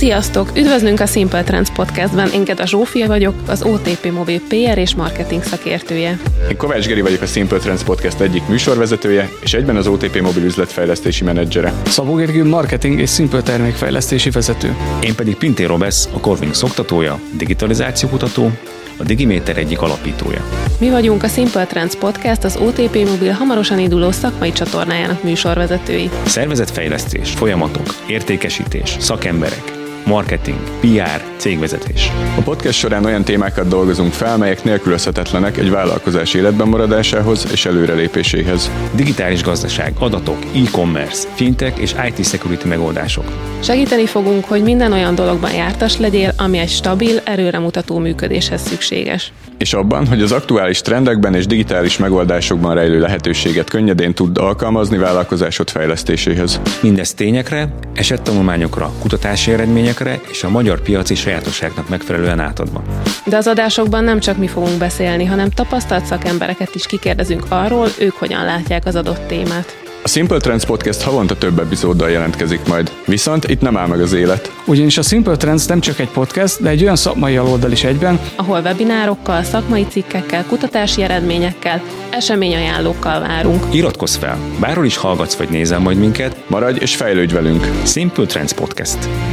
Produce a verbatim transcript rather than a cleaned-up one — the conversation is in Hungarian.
Sziasztok! Üdvözlünk a Simple Trends Podcastben. Én Geda Zsófia vagyok, az o té pé Mobil pé er és marketing szakértője. Én Kovács Geri vagyok, a Simple Trends Podcast egyik műsorvezetője, és egyben az o té pé Mobil üzletfejlesztési menedzsere. Szabó Gergő, marketing és Simple termékfejlesztési vezető. Én pedig Pintér Robesz, a Corvin szoktatója, digitalizációkutató, a Digiméter egyik alapítója. Mi vagyunk a Simple Trends Podcast, az o té pé Mobil hamarosan induló szakmai csatornájának műsorvezetői. Szervezetfejlesztés, folyamatok, értékesítés, szakemberek, marketing, pé er, cégvezetés. A podcast során olyan témákat dolgozunk fel, melyek nélkülözhetetlenek egy vállalkozás életben maradásához és előrelépéséhez. Digitális gazdaság, adatok, e-commerce, fintech és i té security megoldások. Segíteni fogunk, hogy minden olyan dologban jártas legyél, ami egy stabil, előremutató működéshez szükséges. És abban, hogy az aktuális trendekben és digitális megoldásokban rejlő lehetőséget könnyedén tud alkalmazni vállalkozásod fejlesztéséhez. Mindez tényekre, esettanulmányokra, kutatási eredményekre és a magyar piaci sajátosságnak megfelelően átadva. De az adásokban nem csak mi fogunk beszélni, hanem tapasztalt szakembereket is kikérdezünk arról, ők hogyan látják az adott témát. A Simple Trends Podcast havonta több epizóddal jelentkezik majd, viszont itt nem áll meg az élet. Ugyanis a Simple Trends nem csak egy podcast, de egy olyan szakmai aloldal is egyben, ahol webinárokkal, szakmai cikkekkel, kutatási eredményekkel, eseményajánlókkal várunk. Iratkozz fel, bárhol is hallgatsz vagy nézel majd minket, maradj és fejlődj velünk! Simple Trends Podcast.